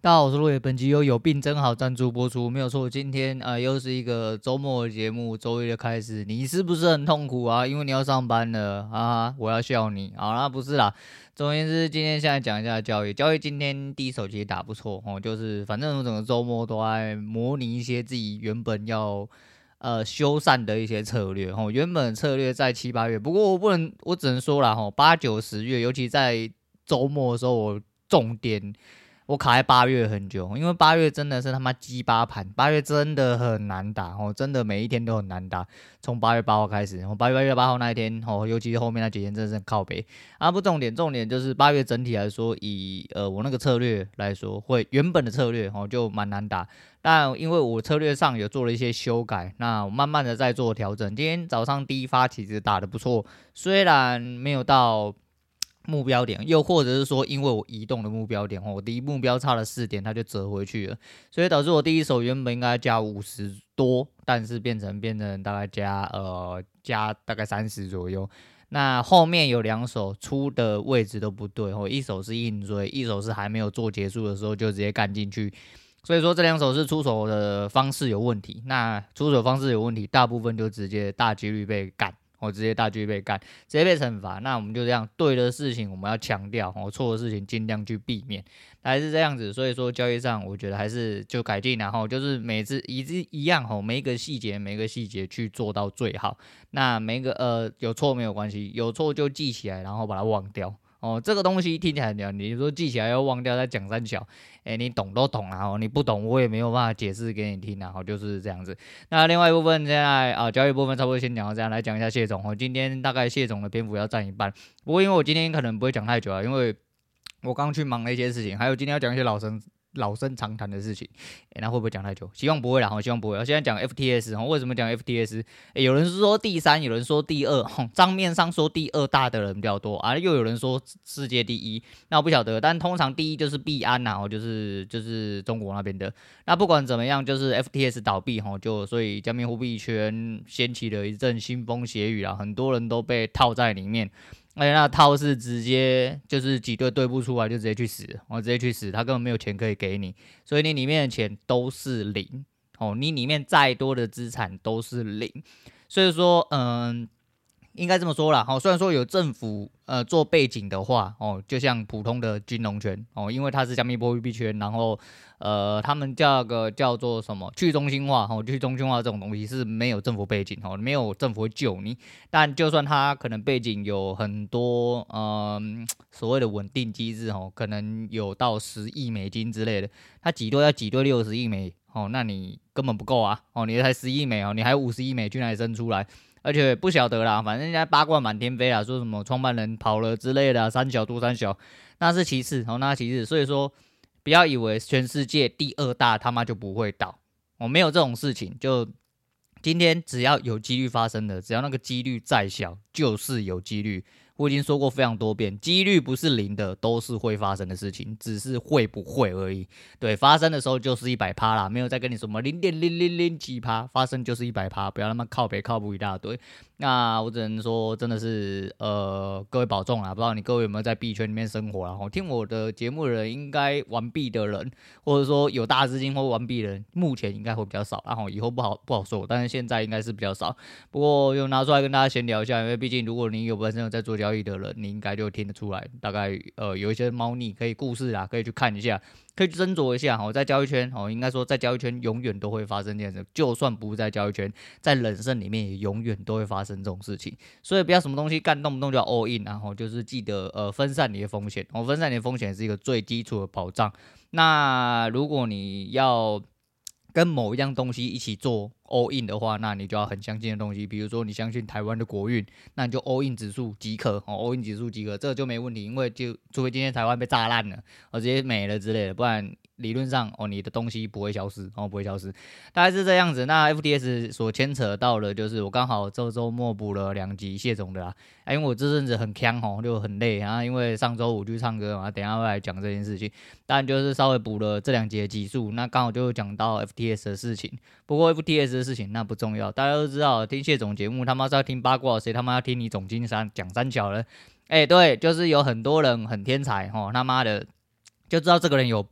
大家好，我是陆野，本集由有病真好赞助播出，没有错。今天又是一个周末的节目，周一的开始，你是不是很痛苦啊？因为你要上班了啊！我要笑你，好啦，不是啦。总而言之，今天现在讲一下交易。交易今天第一手其实打不错哦，就是反正我整个周末都在模拟一些自己原本要修缮的一些策略哦。原本策略在七八月，不过我只能说啦吼，八九十月，尤其在周末的时候，重点。我卡在8月很久，因为8月真的是他妈鸡巴盘，8月真的很难打哦，真的每一天都很难打。从8月8号开始，8月8号那一天哦，尤其是后面那几天真的是很靠北啊。不，重点就是8月整体来说，以我那个策略来说，原本的策略哦就蛮难打，但因为我策略上有做了一些修改，那我慢慢的在做调整。今天早上第一发其实打得不错，虽然没有到目标点，又或者是说，因为我移动的目标点，我离目标差了4点，它就折回去了，所以导致我第一手原本应该加50多，但是变成大概加大概30左右。那后面有2手出的位置都不对，一手是硬追，一手是还没有做结束的时候就直接干进去。所以说这2手是出手的方式有问题，那出手方式有问题，大部分就直接大几率被干。直接大局被干，直接被惩罚。那我们就这样，对的事情我们要强调，错的事情尽量去避免，还是这样子。所以说交易上，我觉得还是就改进，然后就是每次一样每一个细节去做到最好。那每一个有错没有关系，有错就记起来，然后把它忘掉。这个东西听起来你说记起来要忘掉，再讲三小，你懂都懂啦，你不懂我也没有办法解释给你听啦，就是这样子。那另外一部分现在交易部分差不多先讲到这样，来讲一下谢总今天大概谢总的篇幅要占一半，不过因为我今天可能不会讲太久啊，因为我刚去忙了一些事情，还有今天要讲一些老生常谈的事情，那会不会讲太久？希望不会啦，希望不会。现在讲 FTS，为什么讲 FTS？有人是说第3，有人说第2，账面上说第2大的人比较多啊，又有人说世界第1，那我不晓得，但通常第1就是币安呐，就是中国那边的。那不管怎么样，就是 FTS 倒闭所以加密货币圈掀起了一阵腥风血雨啊，很多人都被套在里面。而且那套是直接就是挤兑不出来就直接去死，直接去死，他根本没有钱可以给你，所以你里面的钱都是零你里面再多的资产都是零，所以说应该这么说啦，虽然说有政府做背景的话就像普通的金融圈因为它是加密货币圈，然后他们叫做什么去中心化去中心化这种东西是没有政府背景没有政府会救你，但就算它可能背景有很多所谓的稳定机制可能有到$10亿之类的，它要挤兑$60亿那你根本不够啊你才$10亿你还有$50亿去哪里生出来？而且不晓得啦，反正人家八卦满天飞啦，说什么创办人跑了之类的三小多三小，那是其次那其次。所以说，不要以为全世界第2大他妈就不会倒没有这种事情。就今天只要有几率发生的，只要那个几率再小，就是有几率。我已经说过非常多遍，几率不是0的，都是会发生的事情，只是会不会而已。对，发生的时候就是100%啦，没有再跟你什么0.0007几%，发生就是100%，不要那么靠北靠谱一大堆。那我只能说，真的是各位保重啦，不知道你各位有没有在币圈里面生活啦？听我的节目的人，应该玩币的人，或者说有大资金或玩币的人，目前应该会比较少，然后以后不好说，但是现在应该是比较少。不过又拿出来跟大家闲聊一下，因为毕竟如果你有本身有在做交易的人，你应该就听得出来，大概有一些猫腻可以故事啦，可以去看一下。可以去斟酌一下在交易圈应该说在交易圈永远都会发生这样子，就算不在交易圈，在人生里面也永远都会发生这种事情，所以不要什么东西干动不动就要 all in 就是记得分散你的风险分散你的风险是一个最基础的保障。那如果你要跟某一样东西一起做 all in 的话，那你就要很相信的东西，比如说你相信台湾的国运，那你就 all in 指数即可all in 指数即可，这个就没问题，因为就除非今天台湾被炸烂了直接没了之类的，不然理论上你的东西不会消失不会消失，大概是这样子。那 FTS 所牵扯到的就是我刚好这周末补了2集谢总的啦因为我这阵子很呛就很累因为上周五去唱歌嘛，等一下会来讲这件事情，但就是稍微补了这2集的集数，那刚好就讲到 FTS 的事情。不过 FTS 的事情那不重要，大家都知道听谢总节目他妈是要听八卦，谁他妈要听你总经讲三角了？对，就是有很多人很天才他妈的就知道这个人有病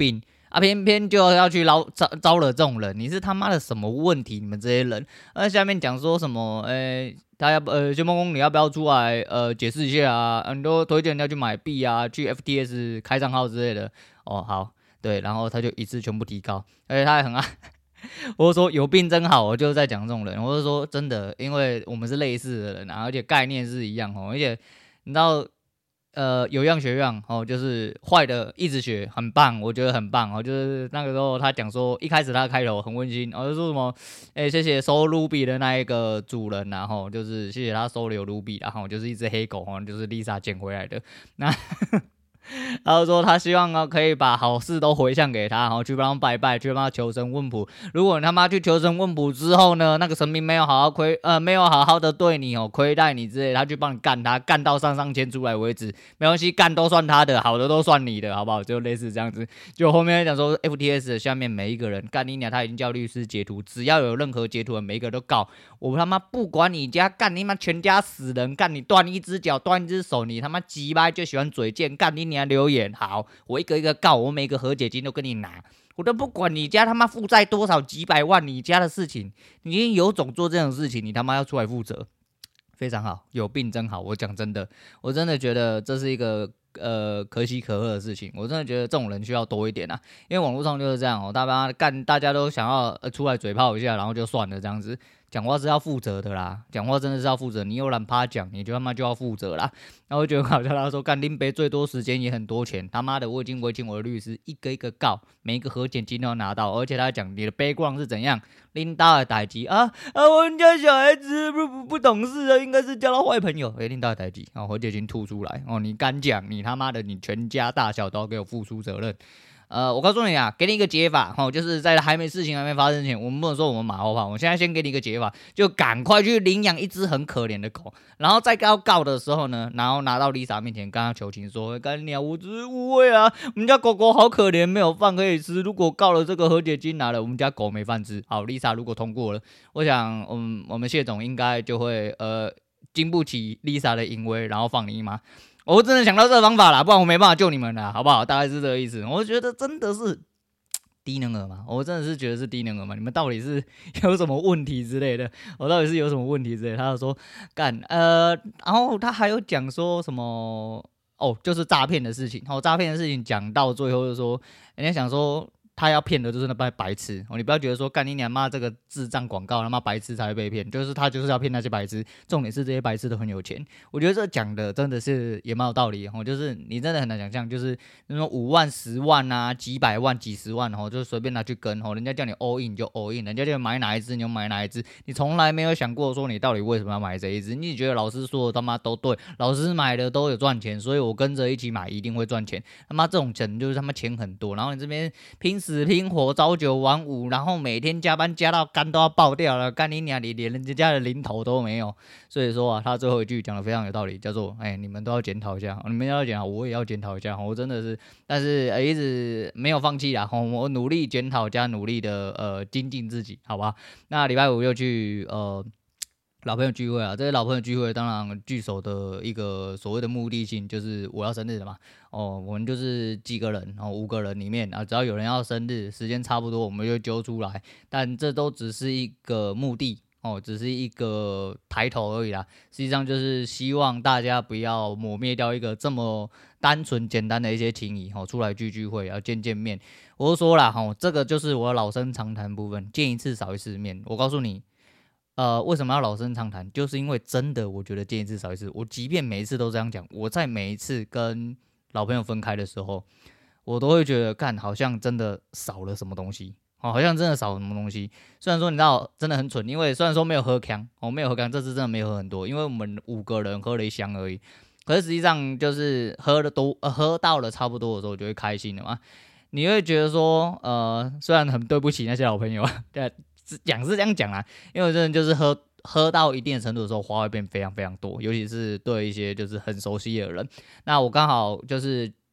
啊，偏偏就要去招惹这种人，你是他妈的什么问题？你们这些人，下面讲说什么？他要薛梦工你要不要出来解释一下啊？很多推荐人家去买币啊，去 FTS 开账号之类的。哦，好，对，然后他就一次全部提高，而且他还很爱。我就说有病真好，我就在讲这种人。我就说真的，因为我们是类似的人啊，而且概念是一样哦，而且你知道。有样学样哦，就是坏的一直学，很棒，我觉得很棒哦。就是那个时候他讲说，一开始他开头很温馨，就说什么，谢谢收 Ruby 的那一个主人，然后就是谢谢他收留 Ruby，然后就是一只黑狗哦，就是 Lisa 捡回来的。那然后说他希望可以把好事都回向给他，然后去帮他拜拜，去帮他求神问卜。如果你他妈去求神问卜之后呢，那个神明没有好好没有好好的对你亏待你之类，他去帮你干他，干到上签出来为止，没关系，干都算他的，好的都算你的，好不好？就类似这样子。就后面讲说 FTS 的下面每一个人干你娘，他已经叫律师截图，只要有任何截图的每一个都告我他妈，不管你家干你妈全家死人，干你断一只脚断一只手，你他妈鸡掰就喜欢嘴贱，干你娘留言好，我一个一个告，我每个和解金都跟你拿，我都不管你家他妈负债多少几百万，你家的事情，你已经有种做这种事情，你他妈要出来负责，非常好，有病真好，我讲真的，我真的觉得这是一个可喜可贺的事情，我真的觉得这种人需要多一点啊，因为网络上就是这样哦，大家都想要出来嘴炮一下，然后就算了这样子。讲话是要负责的啦，讲话真的是要负责。你有懒趴讲，你就他妈就要负责啦。然后我觉得很好笑，他说干林北最多时间也很多钱，他妈的我已经委请我的律师一个一个告，每一个和解金都要拿到，而且他讲你的background是怎样，领导的代志啊，我们家小孩子不懂事啊，应该是交到坏朋友，领导的代志，和解金吐出来，你敢讲，你他妈的你全家大小都要给我付出责任。我告诉你啊，给你一个解法，就是在事情还没发生前，我们不能说我们马后炮。我现在先给你一个解法，就赶快去领养一只很可怜的狗，然后在告的时候呢，然后拿到 Lisa 面前跟她求情说：“干你啊，我只是误会啊，我们家狗狗好可怜，没有饭可以吃。如果告了这个和解金拿了，我们家狗没饭吃。”好 ，Lisa 如果通过了，我想，我们谢总应该就会经不起 Lisa 的淫威，然后放你一马。我真的想到这个方法啦，不然我没办法救你们啦，好不好？大概是这个意思。我觉得真的是低能儿嘛，我真的是觉得是低能儿嘛。你们到底是有什么问题之类的？我到底是有什么问题之类的？他就说干然后他还有讲说什么就是诈骗的事情。诈骗的事情讲到最后就说，人家想说。他要骗的就是那帮白痴你不要觉得说干你娘妈这个智障广告他妈白痴才会被骗，就是他就是要骗那些白痴，重点是这些白痴都很有钱。我觉得这讲的真的是也蛮有道理就是你真的很难想象，就是那种5万、10万啊、几百万、几十万就随便拿去跟人家叫你 all in 你就 all in， 人家叫你买哪一支你就买哪一支，你从来没有想过说你到底为什么要买这一支，你觉得老师说的他妈都对，老师买的都有赚钱，所以我跟着一起买一定会赚钱，他妈这种钱就是他妈钱很多，然后你这边拼死拼活朝9晚5，然后每天加班加到肝都要爆掉了，干你娘，你连人家的零头都没有。所以说他最后一句讲的非常有道理，叫做你们都要检讨一下，你们要检讨，我也要检讨一下，我真的是，但是一直没有放弃啦，我努力检讨加努力的精进自己，好吧？那礼拜5又去老朋友聚会啊，这些老朋友聚会当然聚首的一个所谓的目的性就是我要生日了嘛。我们就是几个人5个人里面只要有人要生日，时间差不多我们就揪出来，但这都只是一个目的只是一个抬头而已啦。实际上就是希望大家不要抹灭掉一个这么单纯简单的一些情谊出来聚会要见面。我就说啦这个就是我老生常谈部分，见一次少一次面。我告诉你。为什么要老生常谈？就是因为真的，我觉得见一次少一次。我即便每一次都这样讲，我在每一次跟老朋友分开的时候，我都会觉得，干好像真的少了什么东西，好像真的少了什么东西。虽然说你知道真的很蠢，因为虽然说没有喝康，没有喝康，这次真的没有喝很多，因为我们5个人喝了1箱而已。可是实际上就是喝到了差不多的时候，我就会开心了嘛。你会觉得说，虽然很对不起那些老朋友，对。讲是这样讲啦，因为真的就是喝到一定的程度的时候，话会变非常非常多，尤其是对一些就是很熟悉的人。那我刚好就是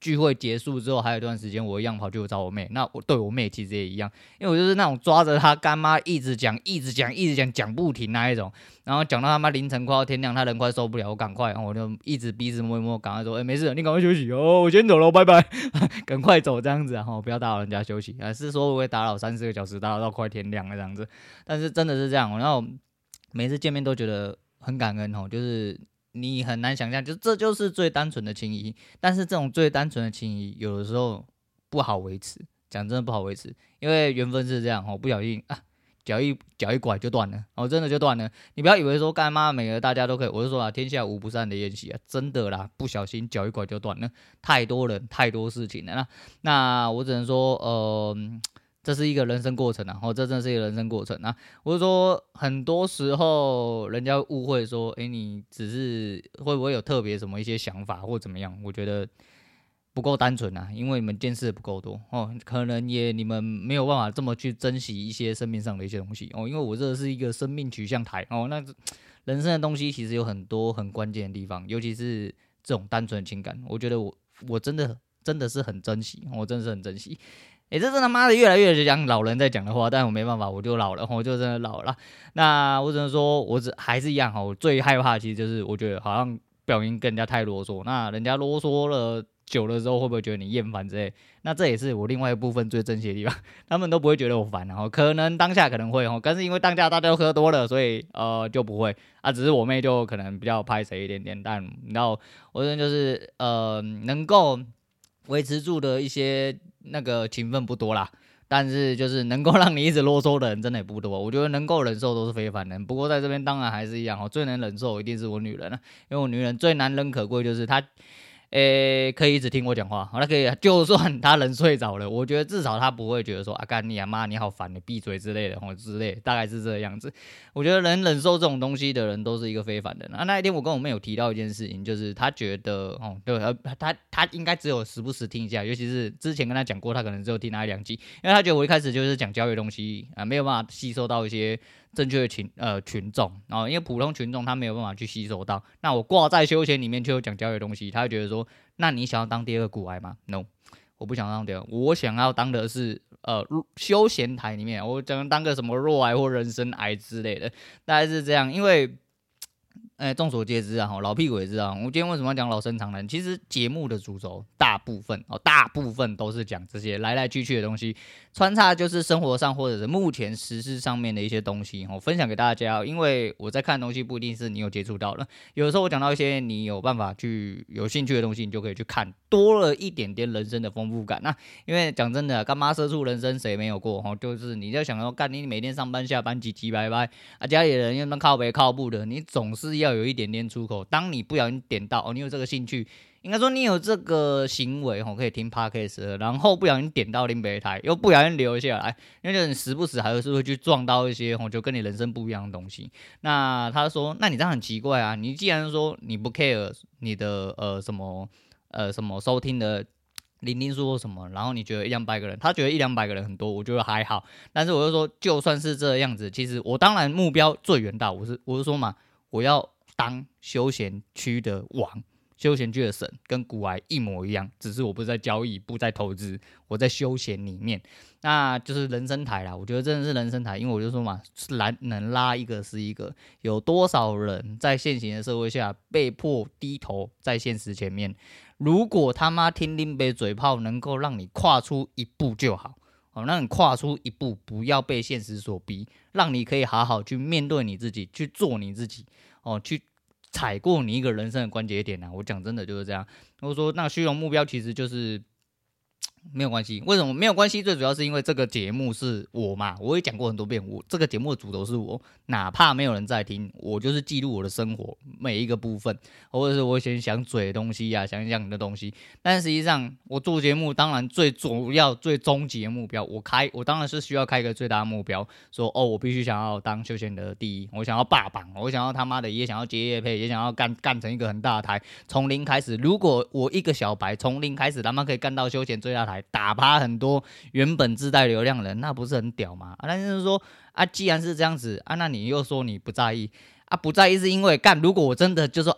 聚会结束之后还有一段时间，我一样跑去找我妹。那我对我妹其实也一样，因为我就是那种抓着她干妈一直讲讲不停那一种，然后讲到他妈凌晨快要天亮，她人快受不了，我赶快，然后我就一直鼻子摸一摸，赶快说，没事，你赶快休息哦，我先走了，拜拜，赶快走这样子，然后不要打扰人家休息，是说我会打扰3-4个小时，打扰到快天亮了这样子，但是真的是这样，然后每次见面都觉得很感恩哦，就是你很难想象，这就是最单纯的情谊。但是这种最单纯的情谊，有的时候不好维持，讲真的不好维持，因为缘分是这样哦，不小心啊，脚一拐就断了哦，真的就断了。你不要以为说干妈每个大家都可以，我就说啊，天下无不散的宴席啊，真的啦，不小心脚一拐就断了，太多人太多事情了。那我只能说，这是一个人生过程啊，这真的是一个人生过程啊。我是说，很多时候人家误会说，你只是会不会有特别什么一些想法或怎么样？我觉得不够单纯啊，因为你们见识不够多哦，可能你们没有办法这么去珍惜一些生命上的一些东西哦。因为我这是一个生命取向台哦，那人生的东西其实有很多很关键的地方，尤其是这种单纯的情感，我觉得我真的是很珍惜，我真的是很珍惜。这真他妈的越来越讲老人在讲的话，但我没办法，我就老了，我就真的老了。那我只能说，还是一样哈，我最害怕的其实就是我觉得好像不小心跟人家太啰嗦，那人家啰嗦了久了之后，会不会觉得你厌烦之类？那这也是我另外一部分最珍惜的地方，他们都不会觉得我烦，然后可能当下可能会，但是因为当下大家都喝多了，所以就不会啊，只是我妹就可能比较拍谁一点点，但你知道，我这就是能够维持住的一些那个情分不多啦，但是就是能够让你一直啰嗦的人真的也不多，我觉得能够忍受都是非凡人。不过在这边当然还是一样，最能忍受一定是我女人了，因为我女人最难能可贵就是她可以一直听我讲话，好，那可以，就算他人睡着了，我觉得至少他不会觉得说啊，干你啊妈，你好烦，你闭嘴之类的，之类的，大概是这个样子。我觉得能忍受这种东西的人都是一个非凡的人。那一天我跟我妹有提到一件事情，就是他觉得对，他应该只有时不时听一下，尤其是之前跟他讲过，他可能只有听那1-2集，因为他觉得我一开始就是讲教育的东西没有办法吸收到一些正确的群众，因为普通群众他没有办法去吸收到。那我挂在休闲里面却有讲教育的东西，他会觉得说，那你想要当第2个股癌吗 ？No， 我不想当第2个，我想要当的是休闲台里面，我想当个什么弱癌或人生癌之类的，大概是这样，因为。众所皆知啊，老屁股也知道。我今天为什么要讲老生常谈？其实节目的主轴大部分都是讲这些来来去去的东西，穿插就是生活上或者是目前时事上面的一些东西，分享给大家。因为我在看的东西不一定是你有接触到的，有的时候我讲到一些你有办法去有兴趣的东西，你就可以去看，多了一点点人生的丰富感。那因为讲真的，干妈社畜人生谁没有过？就是你在想说，干你每天上班下班唧拜拜啊，家里人又那靠北靠步的，你总是要有一点点出口。当你不小心点到你有这个兴趣，应该说你有这个行为可以听 podcast， 然后不小心点到林北台，又不小心留下来，因为你时不时还是会去撞到一些就跟你人生不一样的东西。那他说，那你这样很奇怪啊，你既然说你不 care 你的什么收听的零数或什么，然后你觉得100-200个人，他觉得100-200个人很多，我觉得还好。但是我就说，就算是这样子，其实我当然目标最远大，我是说嘛，我要当休闲区的王，休闲区的神，跟股癌一模一样，只是我不是在交易，不在投资，我在休闲里面，那就是人生台啦。我觉得真的是人生台，因为我就说嘛，能拉一个是一个。有多少人在现行的社会下被迫低头在现实前面？如果他妈听林北嘴炮能够让你跨出一步就好，让你跨出一步，不要被现实所逼，让你可以好好去面对你自己，去做你自己，去踩过你一个人生的关节点啊！我讲真的就是这样。我说那虚荣目标其实就是没有关系，为什么没有关系？最主要是因为这个节目是我嘛，我也讲过很多遍，我这个节目的主轴是我，哪怕没有人在听，我就是记录我的生活每一个部分，或者是我想嘴的东西啊，想讲的东西。但实际上，我做节目当然最主要、最终极的目标，我当然是需要开一个最大的目标，说我必须想要当休闲的第一，我想要霸榜，我想要他妈的也想要接业配，也想要干成一个很大的台，从零开始。如果我一个小白从零开始，他妈可以干到休闲最大台。打趴很多原本自带流量的人，那不是很屌吗？但是说既然是这样子那你又说你不在意不在意是因为如果我真的就说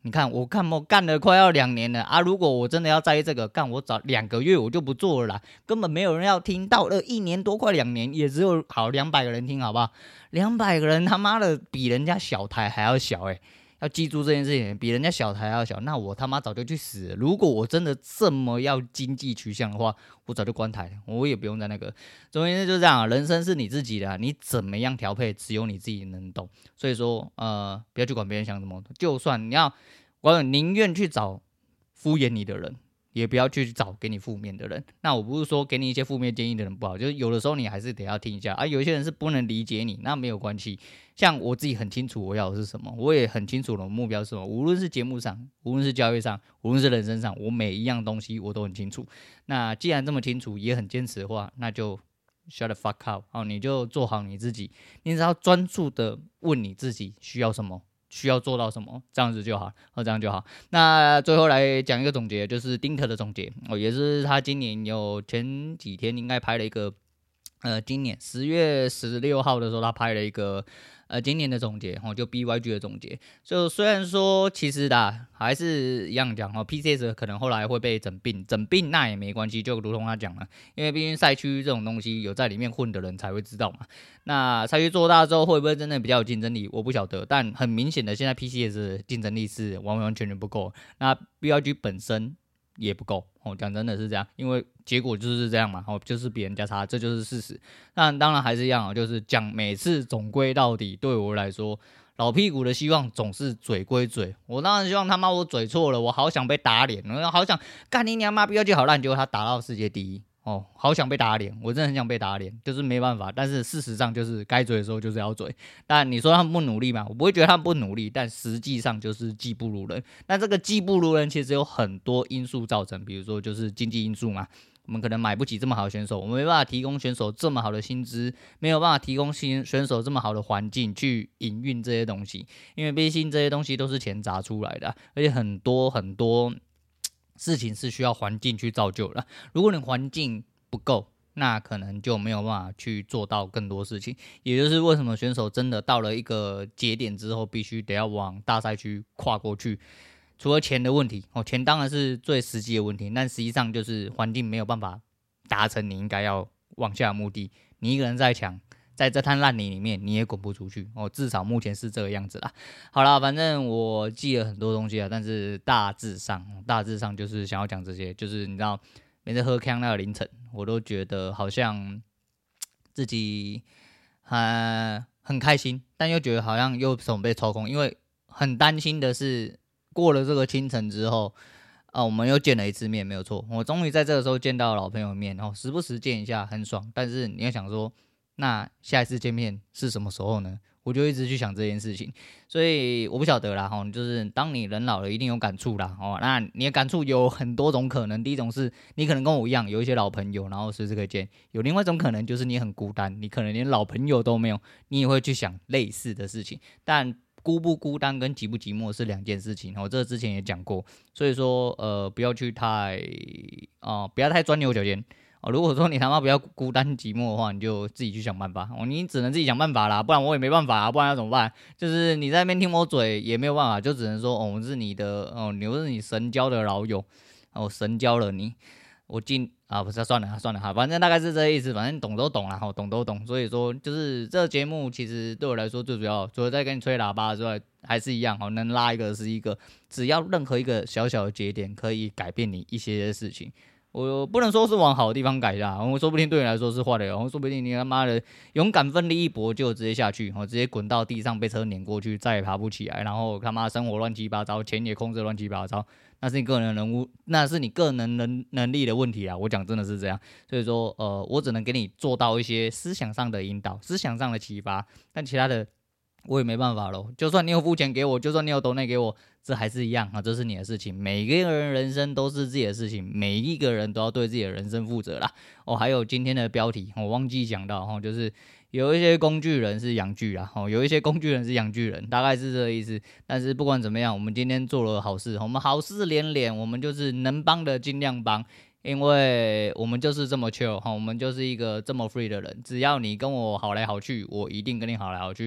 你看我干了快要2年了啊！如果我真的要在意这个，我早2个月我就不做了啦，根本没有人要听。到了1年多快2年，也只有好200个人听，好不好？200个人他妈的比人家小台还要小要记住这件事情，比人家小台还要小，那我他妈早就去死了。如果我真的这么要经济取向的话，我早就关台了，我也不用在那个。总而言之就是这样，人生是你自己的，你怎么样调配，只有你自己能懂。所以说，不要去管别人想什么，就算你要，我宁愿去找敷衍你的人。也不要去找给你负面的人。那我不是说给你一些负面建议的人不好，就是有的时候你还是得要听一下啊。有一些人是不能理解你，那没有关系。像我自己很清楚我要的是什么，我也很清楚我的目标是什么。无论是节目上，无论是教育上，无论是人生上，我每一样东西我都很清楚。那既然这么清楚，也很坚持的话，那就 shut the fuck up，你就做好你自己。你只要专注的问你自己需要什么。需要做到什么，这样子就好，这样就好。那最后来讲一个总结，就是丁特的总结，也是他今年前几天应该拍了一个，今年10月16号的时候，他拍了一个今年的总结，就 BYG 的总结。就虽然说其实还是一样讲，PCS 可能后来会被整并那也没关系，就如同他讲了，因为毕竟赛区这种东西有在里面混的人才会知道嘛。那赛区做大之后会不会真的比较有竞争力，我不晓得。但很明显的，现在 PCS 的竞争力是完完全全不够。那 BYG 本身也不够讲真的是这样，因为结果就是这样嘛就是比人家差，这就是事实。但当然还是一样就是讲每次总归到底，对我来说，老屁股的希望总是嘴归嘴。我当然希望他妈我嘴错了，我好想被打脸，我好想干你娘妈BYG好烂，结果他打到世界第一。好想被打脸，我真的很想被打脸，就是没办法。但是事实上就是该嘴的时候就是要嘴。但你说他们不努力嘛？我不会觉得他们不努力，但实际上就是技不如人。那这个技不如人其实有很多因素造成，比如说就是经济因素嘛。我们可能买不起这么好的选手，我们没办法提供选手这么好的薪资，没有办法提供选手这么好的环境去营运这些东西，因为毕竟这些东西都是钱砸出来的，而且很多事情是需要环境去造就的。如果你环境不够，那可能就没有办法去做到更多事情。也就是为什么选手真的到了一个节点之后，必须得要往大赛区跨过去。除了钱的问题，钱当然是最实际的问题，但实际上就是环境没有办法达成你应该要往下的目的。你一个人再强，在这滩烂泥里面你也滚不出去至少目前是这个样子啦。好啦，反正我记了很多东西但是大致上就是想要讲这些，就是你知道每次喝康那个凌晨，我都觉得好像自己很开心，但又觉得好像又手被抽空，因为很担心的是过了这个清晨之后我们又见了一次面，没有错，我终于在这个时候见到老朋友面时不时见一下很爽，但是你要想说那下一次见面是什么时候呢？我就一直去想这件事情，所以我不晓得啦就是当你人老了一定有感触啦那你的感触有很多种可能，第一种是你可能跟我一样有一些老朋友，然后随时可以见，有另外一种可能就是你很孤单，你可能连老朋友都没有，你也会去想类似的事情，但孤不孤单跟寂不寂寞是两件事情这之前也讲过，所以说不要太钻牛角尖如果说你他妈不要孤单寂寞的话，你就自己去想办法你只能自己想办法啦，不然我也没办法不然要怎么办？就是你在那边听我嘴也没有办法，就只能说我是你的你是你神交的老友我神交了你，我不是算了反正大概是这个意思，反正懂都懂啦懂都懂。所以说就是这个节目其实对我来说最主要，除了在跟你吹喇叭之外，还是一样能拉一个是一个，只要任何一个小小的节点可以改变你一些事情。我不能说是往好的地方改的我说不定对你来说是坏的说不定你他妈的勇敢奋力一搏就直接下去直接滚到地上被车碾过去，再也爬不起来，然后他妈生活乱七八糟，钱也控制乱七八糟，那是你个人能力的问题我讲真的是这样，所以说我只能给你做到一些思想上的引导，思想上的启发，但其他的我也没办法咯，就算你有付钱给我，就算你有抖内给我，这还是一样这是你的事情。每个人人生都是自己的事情，每一个人都要对自己的人生负责啦还有今天的标题我忘记讲到就是有一些工具人是洋具啦有一些工具人是洋具人，大概是这个意思。但是不管怎么样，我们今天做了好事，我们好事连连，我们就是能帮的尽量帮，因为我们就是这么 chill 我们就是一个这么 free 的人，只要你跟我好来好去，我一定跟你好来好去。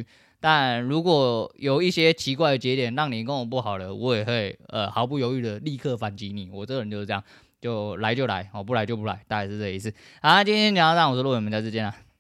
但如果有一些奇怪的节点让你跟我不好了，我也会毫不犹豫的立刻反击你。我这个人就是这样，就来就来，不来就不来，大概是这意思。好，今天讲到这，我是陆伟，我们下次见啦。